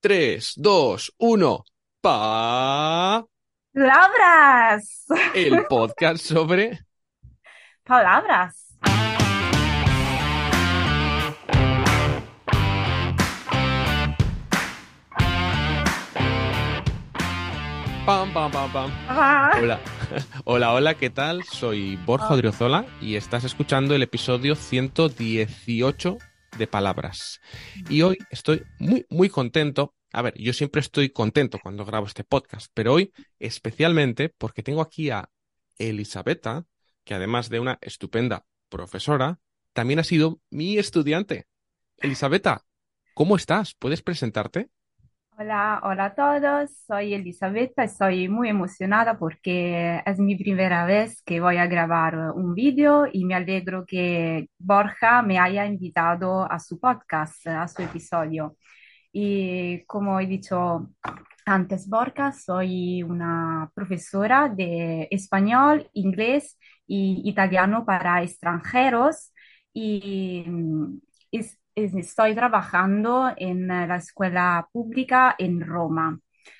3, 2, 1. Pa. Palabras, El podcast sobre. palabras. Pam, pam, pam, pam. Ah, Hola. Hola, hola, ¿qué tal? Soy Borja ah, Odriozola y estás escuchando el episodio 118 de Palabras. Y hoy estoy muy, muy contento. A ver, yo siempre estoy contento cuando grabo este podcast, pero hoy especialmente porque tengo aquí a Elisabetta, que además de una estupenda profesora, también ha sido mi estudiante. Elisabetta, ¿cómo estás? ¿Puedes presentarte? Hola, hola a todos. Soy Elisabetta y estoy muy emocionada porque es mi primera vez que voy a grabar un vídeo y me alegro que Borja me haya invitado a su podcast, a su episodio. Y como he dicho antes, Borja, soy una profesora de español, inglés y italiano para extranjeros y estoy trabajando en la escuela pública en Roma.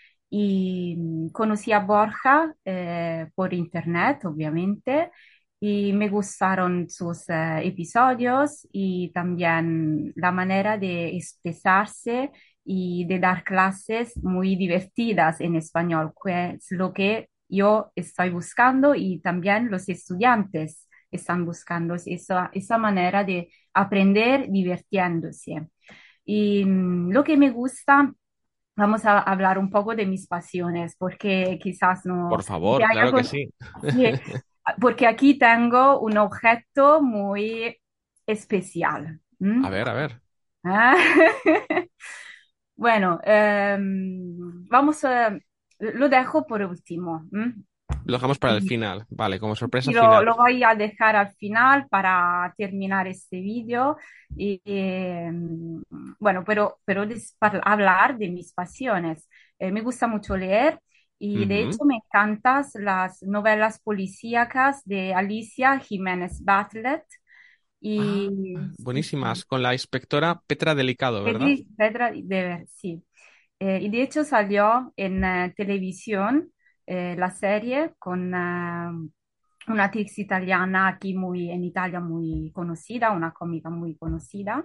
Y conocí a Borja por internet, obviamente, y me gustaron sus episodios y también la manera de expresarse y de dar clases muy divertidas en español, que es lo que yo estoy buscando y también los estudiantes están buscando esa manera de aprender divirtiéndose. Y lo que me gusta. Vamos a hablar un poco de mis pasiones, porque quizás Por no te favor, haya claro que sí. sí, porque aquí tengo un objeto muy especial. ¿M? A ver, a ver. Ah, Bueno, vamos a, lo dejo por último. ¿M? Lo dejamos para el final. Vale, como sorpresa Y final. lo voy a dejar al final para terminar este vídeo. Y, bueno, para hablar de mis pasiones. Me gusta mucho leer y de Ujú. hecho me encantan las novelas policíacas de Alicia Jiménez Bartlett. Ah, Y sí, buenísimas. sí, Con la inspectora Petra Delicado, ¿verdad? Petra de ver, sí. Y de hecho salió en televisión la serie con una actriz italiana aquí en Italia muy conocida, una cómica muy conocida.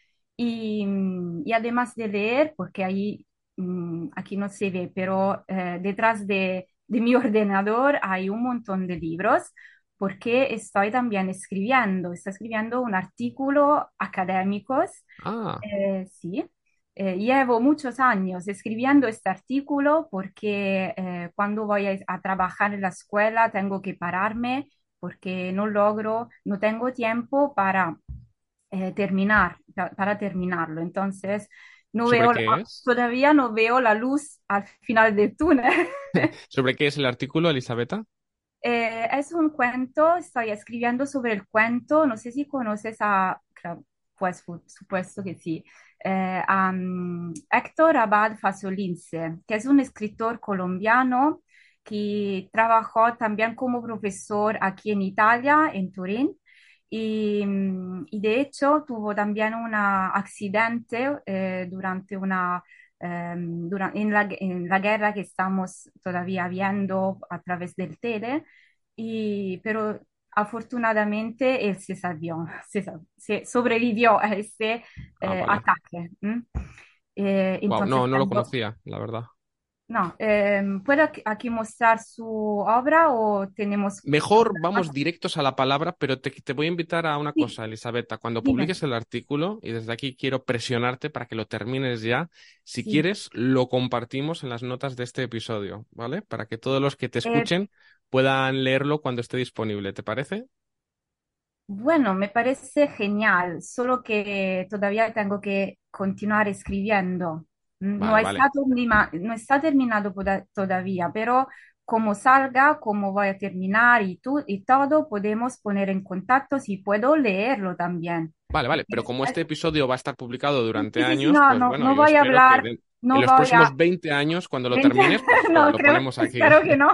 Y además de leer, porque ahí, aquí no se ve, pero detrás de mi ordenador hay un montón de libros, porque estoy escribiendo un artículo académicos, Ah, sí. Llevo muchos años escribiendo este artículo porque cuando voy a trabajar en la escuela tengo que pararme porque no tengo tiempo para terminarlo. Entonces, no ¿sobre veo, qué es? todavía no veo la luz al final del túnel. ¿Sobre qué es el artículo, Elisabetta? Es un cuento, estoy escribiendo sobre el cuento, no sé si conoces pues por supuesto que sí, Héctor Abad Fasolince, que es un escritor colombiano que trabajó también como profesor aquí en Italia, en Turín, y de hecho tuvo también un accidente durante en la guerra que estamos todavía viendo a través del tele, pero afortunadamente él se salvó, se sobrevivió a ese Ah, vale. ataque. ¿M? Wow, Entonces no, no lo tengo, conocía, la verdad. no, ¿puedo aquí mostrar su obra o tenemos Mejor vamos problemas? directos a la palabra, pero te voy a invitar a una Sí, cosa, Elisabetta. Cuando dime. publiques el artículo, y desde aquí quiero presionarte para que lo termines ya, si Sí. quieres, lo compartimos en las notas de este episodio, ¿vale? Para que todos los que te Eh, escuchen puedan leerlo cuando esté disponible, ¿te parece? Bueno, me parece genial, solo que todavía tengo que continuar escribiendo. No Vale, vale. no está terminado todavía, pero como salga, como voy a terminar y todo, podemos poner en contacto si puedo leerlo también. Vale, vale, Porque pero como este episodio va a estar publicado durante sí, sí, sí, años, no, pues no, bueno, no yo voy a espero que hablar, en no los voy a próximos 20 años, cuando lo 20 termines, pues no, lo ponemos aquí. espero que no.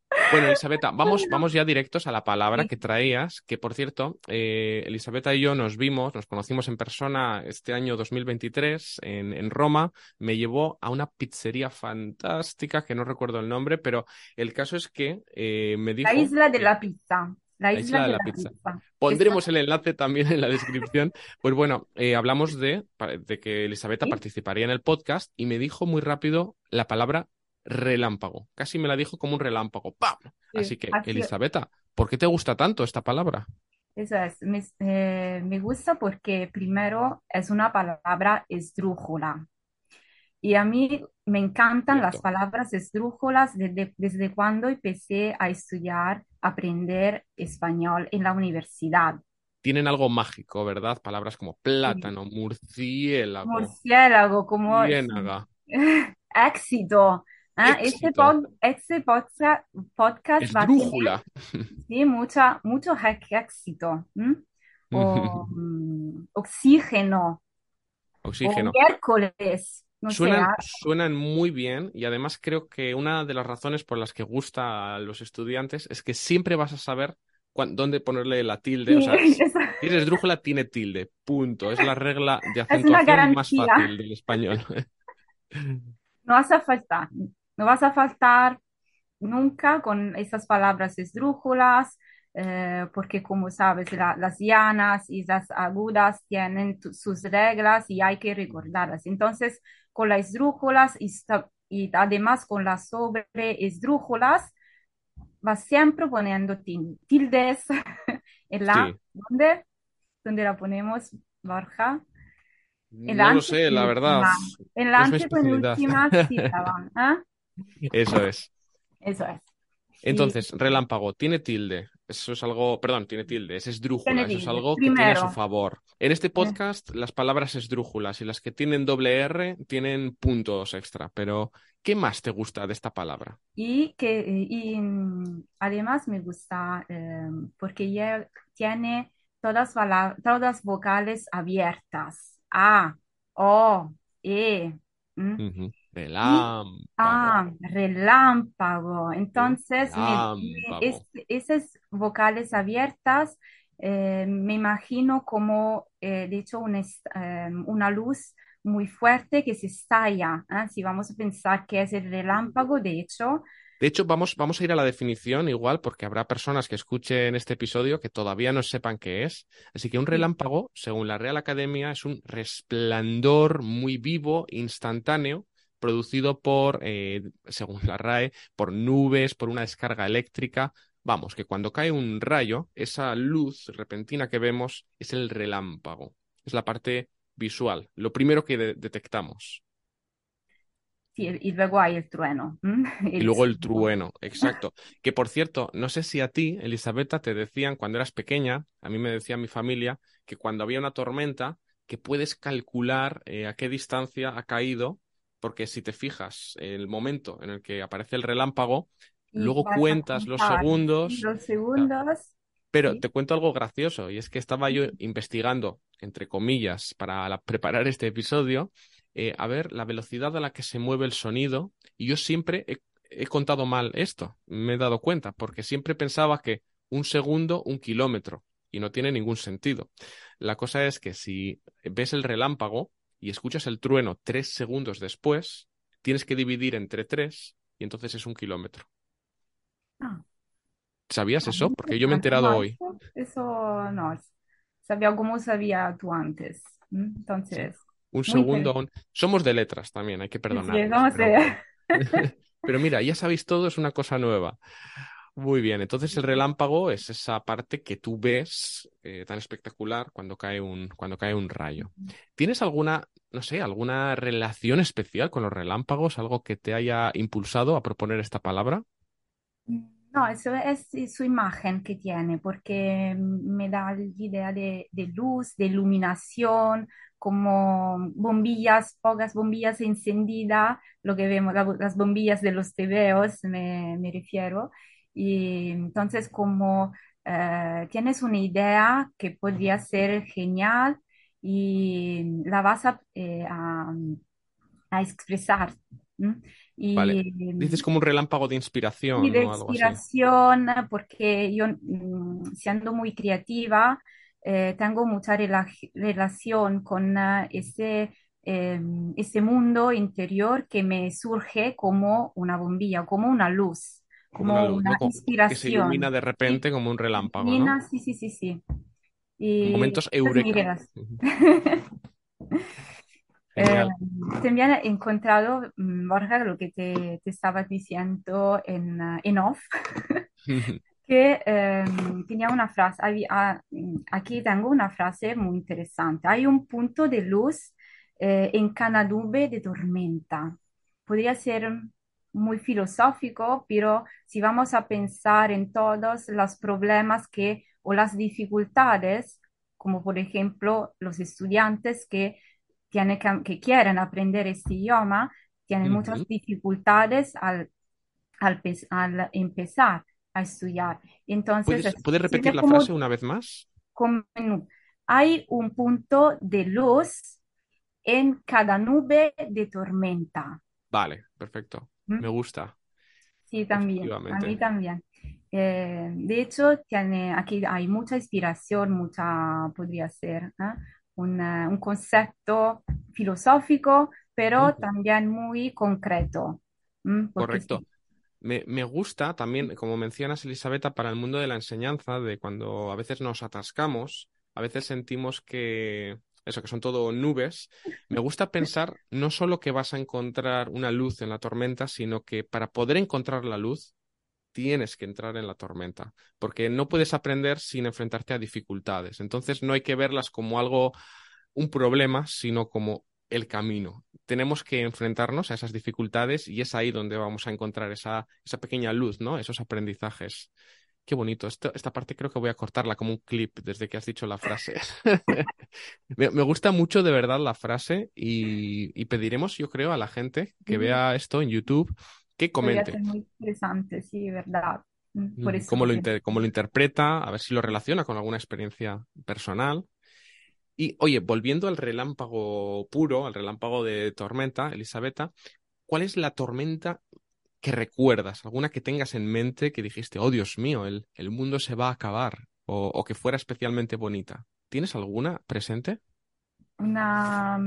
Bueno, Elisabetta, vamos Bueno, ya directos a la palabra sí. que traías, que por cierto, Elisabetta y yo nos conocimos en persona este año 2023 en Roma. Me llevó a una pizzería fantástica, que no recuerdo el nombre, pero el caso es que me La dijo isla de que la pizza, la la isla isla de de la la pizza. pizza. Eso Pondremos el enlace también en la descripción. Pues bueno, hablamos de que Elisabetta sí, participaría en el podcast y me dijo muy rápido la palabra relámpago. Casi me la dijo como un relámpago. ¡Pam! sí, Así que, así, Elisabetta, ¿por qué te gusta tanto esta palabra? eso es. Me gusta porque primero es una palabra esdrújula. Y a mí me encantan las Cierto. palabras esdrújulas desde cuando empecé a estudiar, aprender español en la universidad. Tienen algo mágico, ¿verdad? Palabras como Sí. plátano, murciélago, Murciélago, como sí. ciénaga, Éxito. ¿Ah? éxito, Este podcast va a tener esdrújula. sí, mucho éxito. ¿M? O oxígeno, o Oxígeno. miércoles, no sé. Suenan muy bien y además creo que una de las razones por las que gusta a los estudiantes es que siempre vas a saber dónde ponerle la tilde. O Sí, sea, si eres esdrújula, tiene tilde. Punto. Es la regla de es una acentuación más garantía. fácil del español. No vas a faltar, no vas a faltar nunca con esas palabras esdrújulas, porque como sabes, las llanas y las agudas tienen sus reglas y hay que recordarlas. Entonces, con las esdrújulas y además con las sobre esdrújulas, vas siempre poniendo tildes en la, Sí, ¿dónde? ¿Dónde la ponemos, Borja? En la no lo sé, la verdad. antepenúltima, en la No es mi especialidad. antepenúltima sílaba, ¿ah? Eso es. Eso es. Y Entonces, relámpago, tiene tilde. Eso es algo, perdón, tiene tilde, es esdrújula, eso es Kennedy, algo que tiene a su primero, favor. En este eh, podcast, las palabras esdrújulas y las que tienen doble R tienen puntos extra, pero ¿qué más te gusta de esta palabra? además me gusta porque ya tiene todas vocales abiertas. A, O, E. ¿M? Ujú. Y Relámpago, relámpago. ¿sí? Entonces, Relámpago. esas vocales abiertas me imagino como, de hecho, una luz muy fuerte que se estalla. Si vamos a pensar que es el relámpago, de hecho, De hecho, vamos a ir a la definición igual, porque habrá personas que escuchen este episodio que todavía no sepan qué es. Así que un sí, relámpago, según la Real Academia, es un resplandor muy vivo, instantáneo, producido por, según la RAE, por nubes, por una descarga eléctrica. Vamos, que cuando cae un rayo, esa luz repentina que vemos es el relámpago. Es la parte visual, lo primero que detectamos. sí, y luego hay el trueno, Y el luego el sonido. trueno, exacto. Que por cierto, no sé si a ti, Elisabetta, te decían cuando eras pequeña, a mí me decía mi familia, que cuando había una tormenta, que puedes calcular a qué distancia ha caído, porque si te fijas el momento en el que aparece el relámpago, Y luego vas a cuentas los contar, sí, segundos. los segundos, Pero sí. te cuento algo gracioso, y es que estaba yo investigando, entre comillas, para preparar este episodio, a ver la velocidad a la que se mueve el sonido, y yo siempre he contado mal esto, me he dado cuenta, porque siempre pensaba que un segundo, un kilómetro, y no tiene ningún sentido. La cosa es que si ves el relámpago y escuchas el trueno 3 segundos después, tienes que dividir entre tres, y entonces es un kilómetro. Ah, ¿Sabías muy eso? Porque yo me he interesante. enterado No, hoy. eso no. Sabía cómo sabía tú antes. Sí. Entonces, Un muy segundo interesante. aún. Somos de letras también, hay que Sí, sí, perdonarnos, vamos a pero, ver. pero mira, ya sabéis todo, es una cosa nueva. Muy bien, entonces el relámpago es esa parte que tú ves tan espectacular cuando cae un rayo. ¿Tienes alguna, no sé, alguna relación especial con los relámpagos? ¿Algo que te haya impulsado a proponer esta palabra? No, eso es su imagen que tiene, porque me da la idea de luz, de iluminación, como bombillas, pocas bombillas encendidas, lo que vemos, las bombillas de los tebeos, me refiero. Y entonces, como tienes una idea que podría ser genial y la vas a expresar. ¿m? Vale. Y Dices como un relámpago de y inspiración, de ¿no? Algo así. inspiración, porque yo, siendo muy creativa, tengo mucha relación con ese mundo interior que me surge como una bombilla, como una luz, Como una como luz, ¿no? una Que se ilumina inspiración. de ¿Sí? repente como un relámpago, ¿no? Ilumina, sí, sí, sí, sí. Y Momentos esa es mi eureka. relación. Ujú. Eh, Genial. También he encontrado, Borja, lo que te estaba diciendo en off, que tenía una frase, aquí tengo una frase muy interesante. Hay un punto de luz en cada nube de tormenta. Podría ser muy filosófico, pero si vamos a pensar en todos los problemas o las dificultades, como por ejemplo los estudiantes que quieren aprender este idioma, tienen muchas Ujú. dificultades al empezar a estudiar. Entonces, ¿Puedes repetir sería la frase una vez más? como hay un punto de luz en cada nube de tormenta. Vale, perfecto. Me ¿Mm? gusta, Sí, también, a mí efectivamente. también. De hecho, aquí hay mucha inspiración, podría ser, ¿eh? Un concepto filosófico, pero Ujú. también muy concreto. ¿Mm? Porque Correcto. Me gusta también, como mencionas, Elisabetta, para el mundo de la enseñanza, de cuando a veces nos atascamos, a veces sentimos que eso, que son todo nubes. Me gusta pensar no solo que vas a encontrar una luz en la tormenta, sino que para poder encontrar la luz tienes que entrar en la tormenta, porque no puedes aprender sin enfrentarte a dificultades. Entonces no hay que verlas como algo, un problema, sino como el camino. Tenemos que enfrentarnos a esas dificultades y es ahí donde vamos a encontrar esa pequeña luz, ¿no? Esos aprendizajes. Qué bonito. Esta parte creo que voy a cortarla como un clip desde que has dicho la frase. Me gusta mucho de verdad la frase y pediremos, yo creo, a la gente que sí, vea esto en YouTube que podría comente ser muy interesante, sí, ¿verdad? Por eso cómo lo cómo lo pensé. interpreta, a ver si lo relaciona con alguna experiencia personal. Y oye, volviendo al relámpago puro, al relámpago de tormenta, Elisabetta, ¿cuál es la tormenta que recuerdas? ¿Alguna que tengas en mente que dijiste, oh Dios mío, el mundo se va a acabar? O que fuera especialmente bonita. ¿Tienes alguna presente? Una,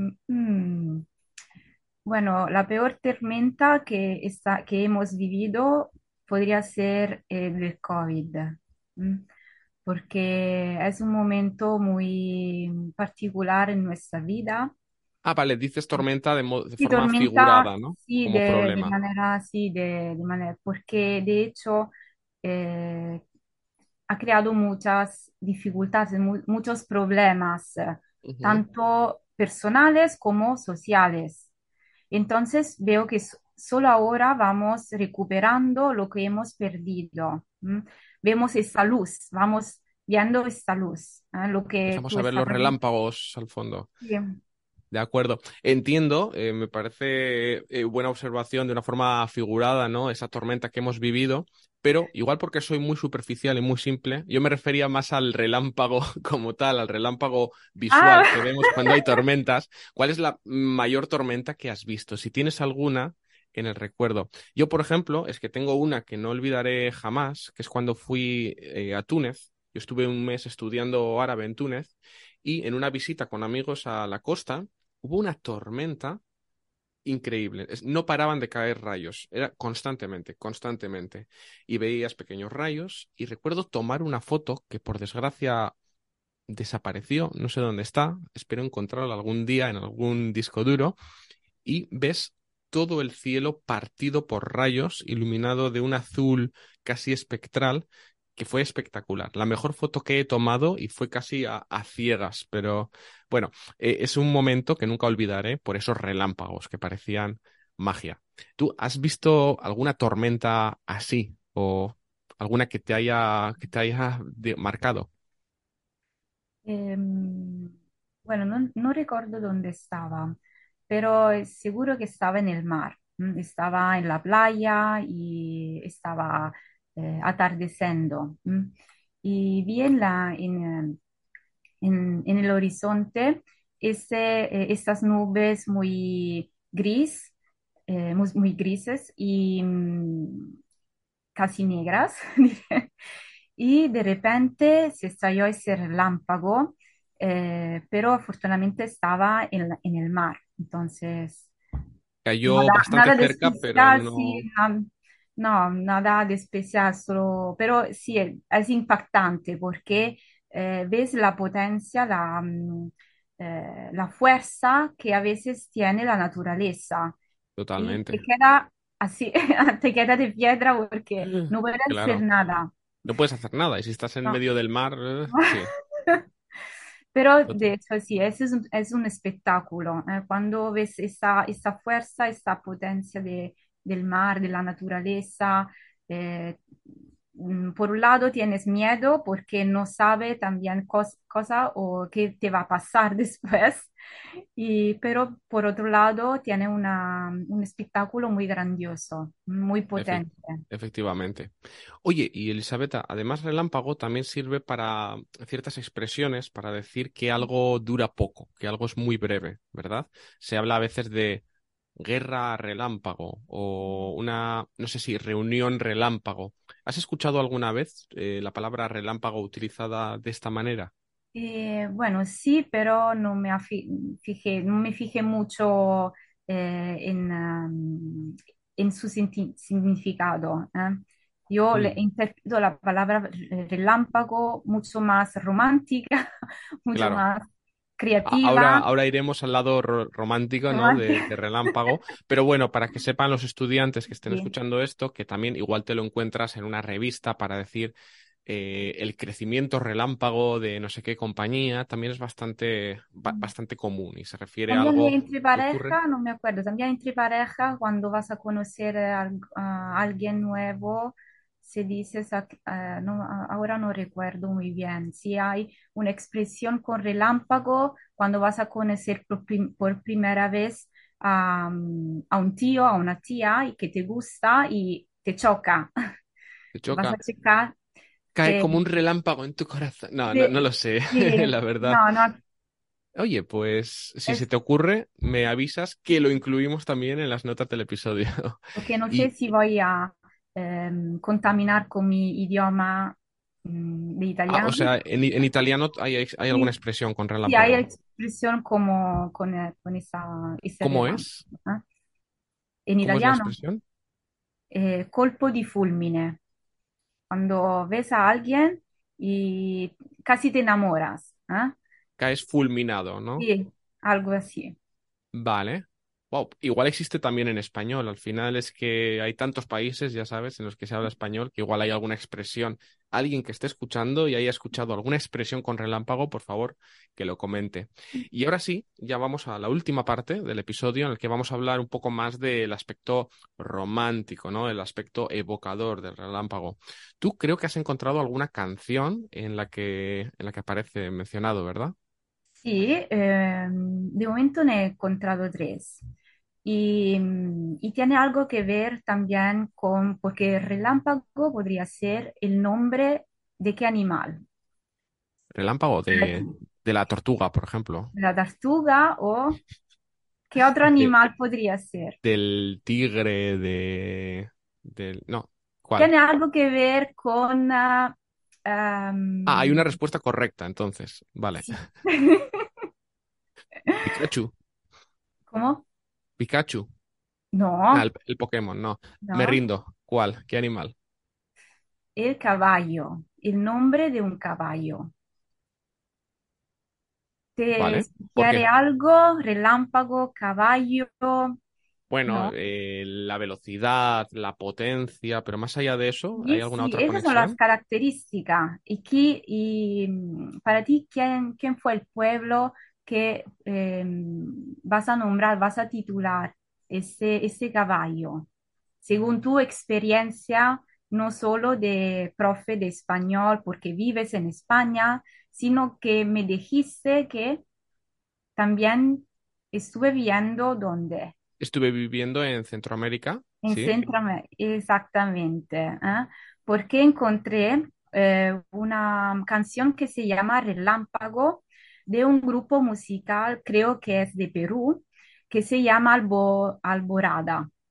bueno, la peor tormenta que hemos vivido podría ser el COVID, ¿m? Porque es un momento muy particular en nuestra vida. Ah, vale, dices tormenta de Sí, forma tormenta, figurada, ¿no? sí, Como de problema. manera, sí, de manera, porque de hecho eh, ha creado muchas dificultades, muchos problemas, Ujú. tanto personales como sociales. Entonces veo que solo ahora vamos recuperando lo que hemos perdido. ¿M? Vemos esta luz, vamos viendo esta luz, lo que Empezamos tú a ver los estabas diciendo. relámpagos al fondo. Sí, De acuerdo. Entiendo, me parece buena observación de una forma figurada, ¿no? Esa tormenta que hemos vivido, pero igual porque soy muy superficial y muy simple, yo me refería más al relámpago como tal, al relámpago ah, visual que vemos cuando hay tormentas. ¿Cuál es la mayor tormenta que has visto? Si tienes alguna en el recuerdo. Yo, por ejemplo, es que tengo una que no olvidaré jamás, que es cuando fui a Túnez. Yo estuve un mes estudiando árabe en Túnez y en una visita con amigos a la costa hubo una tormenta increíble. No paraban de caer rayos. Era constantemente, constantemente. Y veías pequeños rayos. Y recuerdo tomar una foto que por desgracia desapareció. No sé dónde está. Espero encontrarla algún día en algún disco duro. Y ves todo el cielo partido por rayos, iluminado de un azul casi espectral, que fue espectacular. La mejor foto que he tomado y fue casi a ciegas, pero bueno, es un momento que nunca olvidaré por esos relámpagos que parecían magia. ¿Tú has visto alguna tormenta así o alguna que te haya marcado? Em, bueno, no recuerdo dónde estaba, pero es seguro que estaba en el mar. Estaba en la playa y estaba atardeciendo. Y vi en el horizonte estas nubes muy gris, muy grises y casi negras. diré. Y de repente se estalló ese relámpago, pero afortunadamente estaba en el mar. Entonces, Cayó nada, bastante nada de cerca, pero especial, sí, no no, nada de especial, solo, pero sí es impactante porque ves la potencia, la fuerza que a veces tiene la naturaleza y te totalmente. queda así, te queda de piedra porque no puedes hacer Claro, nada. no puedes hacer nada. Y si estás en No. medio del mar, sí. Pero de Total. hecho sí, ese es un espectáculo. Cuando ves esa fuerza, esa potencia del mar, de la naturaleza, eh, por un lado tienes miedo porque no sabe también cosa o qué te va a pasar después, pero por otro lado tiene un espectáculo muy grandioso, muy Efec- potente. Efectivamente. Oye, y Elisabetta, además relámpago también sirve para ciertas expresiones, para decir que algo dura poco, que algo es muy breve, ¿verdad? Se habla a veces de guerra relámpago o una, no sé si, reunión relámpago. ¿Has escuchado alguna vez la palabra relámpago utilizada de esta manera? Bueno, sí, pero no me fijé mucho en su significado. Yo le Mm, interpreto la palabra relámpago mucho más romántica, mucho claro. más Ahora, creativa. ahora iremos al lado romántico, ¿no? De relámpago. Pero bueno, para que sepan los estudiantes que estén Sí. escuchando esto, que también igual te lo encuentras en una revista para decir el crecimiento relámpago de no sé qué compañía, también es bastante común y se refiere a También algo entre que ocurre. pareja, no me acuerdo, también entre pareja, cuando vas a conocer a alguien nuevo, se dice, ahora no recuerdo muy bien, si hay una expresión con relámpago cuando vas a conocer por primera vez a un tío, a una tía y que te gusta y te choca. Te Vas a choca, checar cae que... como un relámpago en tu corazón. No, no, Sí, no lo sé, sí, la verdad. no, no, Oye, pues si se es te ocurre, me avisas que lo incluimos también en las notas del episodio. porque no sé Y, si voy a contaminar con mi idioma de o italiano. sea, en italiano hay alguna Sí, expresión con sí, hay relámpago. expresión como con ese ¿Cómo relámpago. es? ¿Ah? En ¿Cómo es la italiano, expresión? colpo di fulmine. Cuando ves a alguien y casi te enamoras. ¿Ah? Caes fulminado, ¿no? Sí, algo así. Vale. Wow, igual existe también en español. Al final es que hay tantos países, ya sabes, en los que se habla español, que igual hay alguna expresión. Alguien que esté escuchando y haya escuchado alguna expresión con relámpago, por favor, que lo comente. Y ahora sí, ya vamos a la última parte del episodio en el que vamos a hablar un poco más del aspecto romántico, ¿no? El aspecto evocador del relámpago. Tú creo que has encontrado alguna canción en la que aparece mencionado, ¿verdad? Sí, de momento ne he encontrado tres. Y tiene algo que ver también con, porque el relámpago podría ser el nombre de qué animal, Relámpago de la tortuga, por ejemplo. de la tortuga o qué otro De- animal podría ser. del tigre, No, ¿cuál? Tiene algo que ver con... Ah, hay am, una respuesta correcta, entonces. Vale. sí. Pikachu. ¿Cómo? Pikachu. Ah, No, el Pokémon, no. Me no. rindo. ¿Cuál? ¿Qué animal? El caballo, el nombre de un caballo. ¿Te Vale. ¿Por sugiere qué? algo? Relámpago, caballo, Bueno, ¿no? la velocidad, la potencia, pero más allá de eso, ¿hay Y alguna sí, otra esas son las conexión? características. Para ti, ¿quién fue el pueblo que vas a nombrar, vas a titular ese caballo? Según tu experiencia, no solo de profe de español, porque vives en España, sino que me dijiste que también estuve viendo dónde. Estuve viviendo en Centroamérica, En ¿sí? Exactamente, ¿eh? Porque encontré una canción que se llama Relámpago de un grupo musical, creo que es de Perú, que se llama Alborada.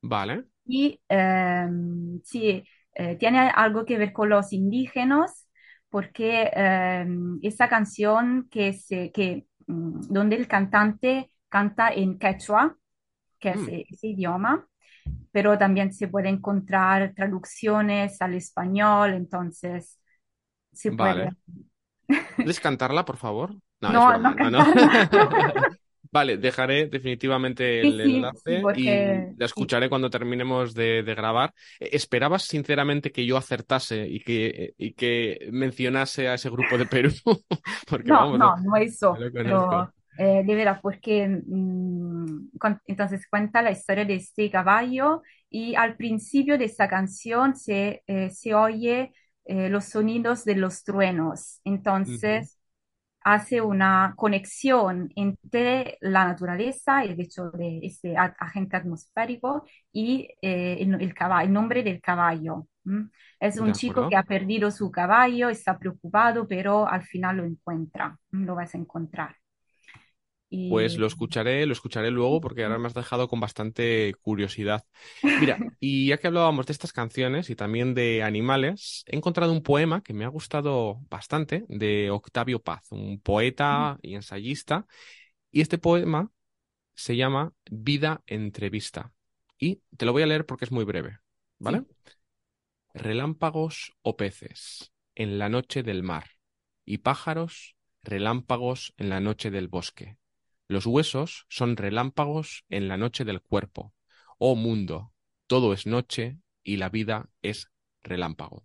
Vale. y sí, tiene algo que ver con los indígenas, porque esa canción donde el cantante canta en quechua, que es Mm, ese idioma, pero también se puede encontrar traducciones al español, entonces se puede. vale. ¿Puedes cantarla, por favor? No, es No, no broma, no, no. cantarla. Vale, dejaré definitivamente Sí, el sí, sí, enlace y porque la sí. escucharé cuando terminemos de grabar. ¿Esperabas sinceramente que yo acertase y que mencionase a ese grupo de Perú? Porque No, vamos, no, no, no no eso, lo conozco. pero de veras, porque entonces cuenta la historia de este caballo y al principio de esta canción se oye los sonidos de los truenos, Ujú. entonces hace una conexión entre la naturaleza, el hecho de este agente atmosférico y el caballo, el nombre del caballo. ¿M? Es De un chico que acuerdo. ha perdido su caballo, está preocupado, pero al final lo encuentra, lo vas a encontrar. Pues Y lo escucharé luego porque ahora me has dejado con bastante curiosidad. Mira, y ya que hablábamos de estas canciones y también de animales, he encontrado un poema que me ha gustado bastante de Octavio Paz, un poeta y ensayista, y este poema se llama Vida Entrevista. Y te lo voy a leer porque es muy breve, ¿vale? sí, Relámpagos o peces en la noche del mar, y pájaros, relámpagos en la noche del bosque. Los huesos son relámpagos en la noche del cuerpo. Oh mundo, todo es noche y la vida es relámpago.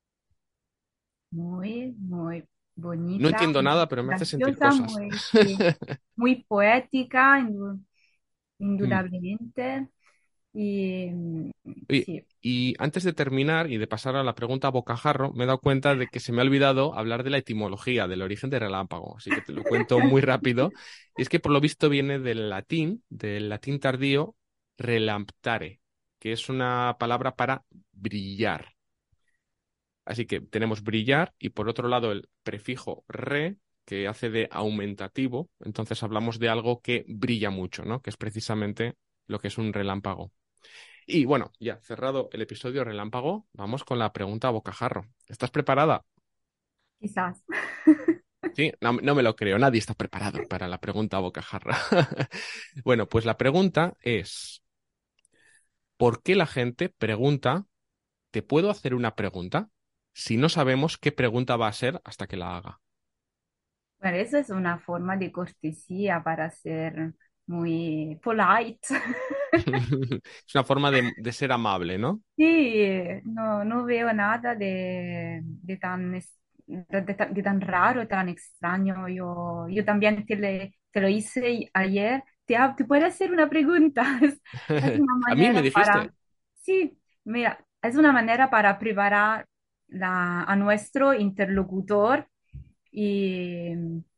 muy, muy No bonita, entiendo muy nada, pero me hace sentir graciosa, cosas. muy, sí, muy poética, Mm. indudablemente. Y Oye, sí. y antes de terminar y de pasar a la pregunta a bocajarro, me he dado cuenta de que se me ha olvidado hablar de la etimología, del origen de relámpago, así que te lo cuento muy rápido. Y es que por lo visto viene del latín tardío, relamptare, que es una palabra para brillar. Así que tenemos brillar y por otro lado el prefijo re, que hace de aumentativo, entonces hablamos de algo que brilla mucho, ¿no? Que es precisamente lo que es un relámpago. Y bueno, ya cerrado el episodio relámpago, vamos con la pregunta a bocajarro. ¿Estás preparada? Quizás. Sí, no, no me lo creo, nadie está preparado para la pregunta a bocajarro. Bueno, pues la pregunta es, ¿por qué la gente pregunta, ¿te puedo hacer una pregunta? Si no sabemos qué pregunta va a ser hasta que la haga. Bueno, eso es una forma de cortesía para ser muy polite. Es una forma de ser amable, ¿no? Sí, no, no veo nada de tan, de tan raro, tan extraño. Yo también te lo hice ayer. Te puedo hacer una pregunta. Es una A mí me manera dijiste. para, sí, mira, es una manera para preparar a nuestro interlocutor y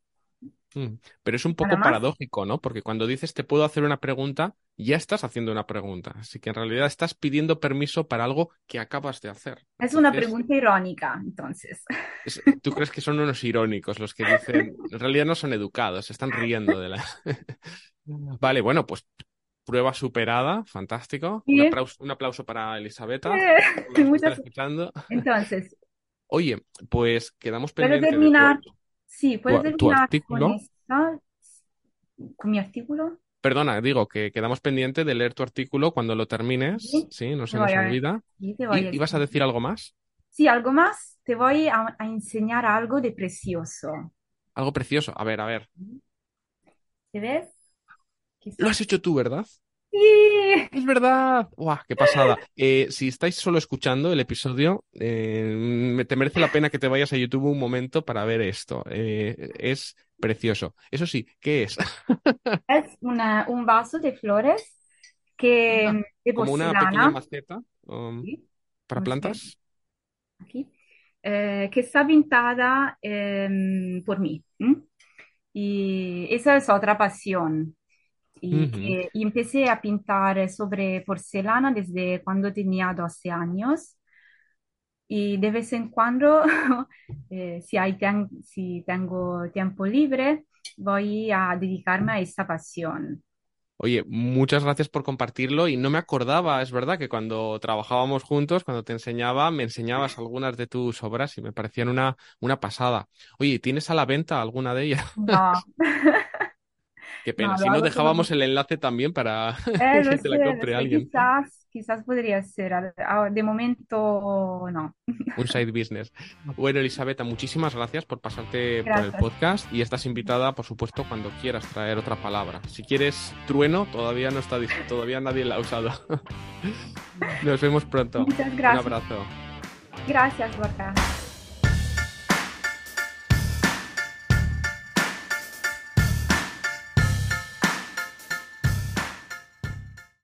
Pero es un nada poco más. paradójico, ¿no? Porque cuando dices te puedo hacer una pregunta, ya estás haciendo una pregunta. Así que en realidad estás pidiendo permiso para algo que acabas de hacer. Es una Entonces, pregunta irónica, entonces. ¿tú crees que son unos irónicos los que dicen, en realidad no son educados, se están riendo de la... Vale, bueno, pues prueba superada, fantástico. Bien, Un aplauso para Elisabetta, por los que están muchas. escuchando. Entonces, Oye, pues quedamos puedo pendiente de terminar, sí, puedo tu terminar con artículo. esta, con mi artículo. Perdona, digo que quedamos pendiente de leer tu artículo cuando lo termines, Sí, sí, no te se nos voy a, olvida. sí, te voy a ¿Y ibas a escribir. decir algo más? Sí, algo más, te voy a enseñar algo de precioso. Algo precioso. A ver. ¿Te ves? Lo Quizás. has hecho tú, ¿verdad? Sí. Es verdad. ¡Guau, qué pasada! Si estáis solo escuchando el episodio, te merece la pena que te vayas a YouTube un momento para ver esto. Es precioso. Eso sí, ¿qué es? Es un vaso de flores que, de Como una pequeña porcelana, maceta, ¿sí? para Como se ve plantas. aquí, que está pintada por mí. ¿M? Y esa es otra pasión. Ujú. Y empecé a pintar sobre porcelana desde cuando tenía 12 años. Y de vez en cuando, si tengo tiempo libre, voy a dedicarme a esta pasión. Oye, muchas gracias por compartirlo y no me acordaba, es verdad que cuando trabajábamos juntos, cuando te enseñaba, me enseñabas algunas de tus obras y me parecían una pasada. Oye, ¿tienes a la venta alguna de ellas? No, Qué no, pena. lo Si no, hago todo. dejábamos el enlace también para Lo que te la lo compre sé, alguien. quizás podría ser. De momento, no. Un side business. Bueno, Elisabetta, muchísimas gracias por pasarte por el Gracias. podcast y estás invitada, por supuesto, cuando quieras traer otra palabra. Si quieres trueno, todavía no está, todavía nadie la ha usado. Nos vemos pronto. Muchas Un gracias. abrazo. Gracias, Borja.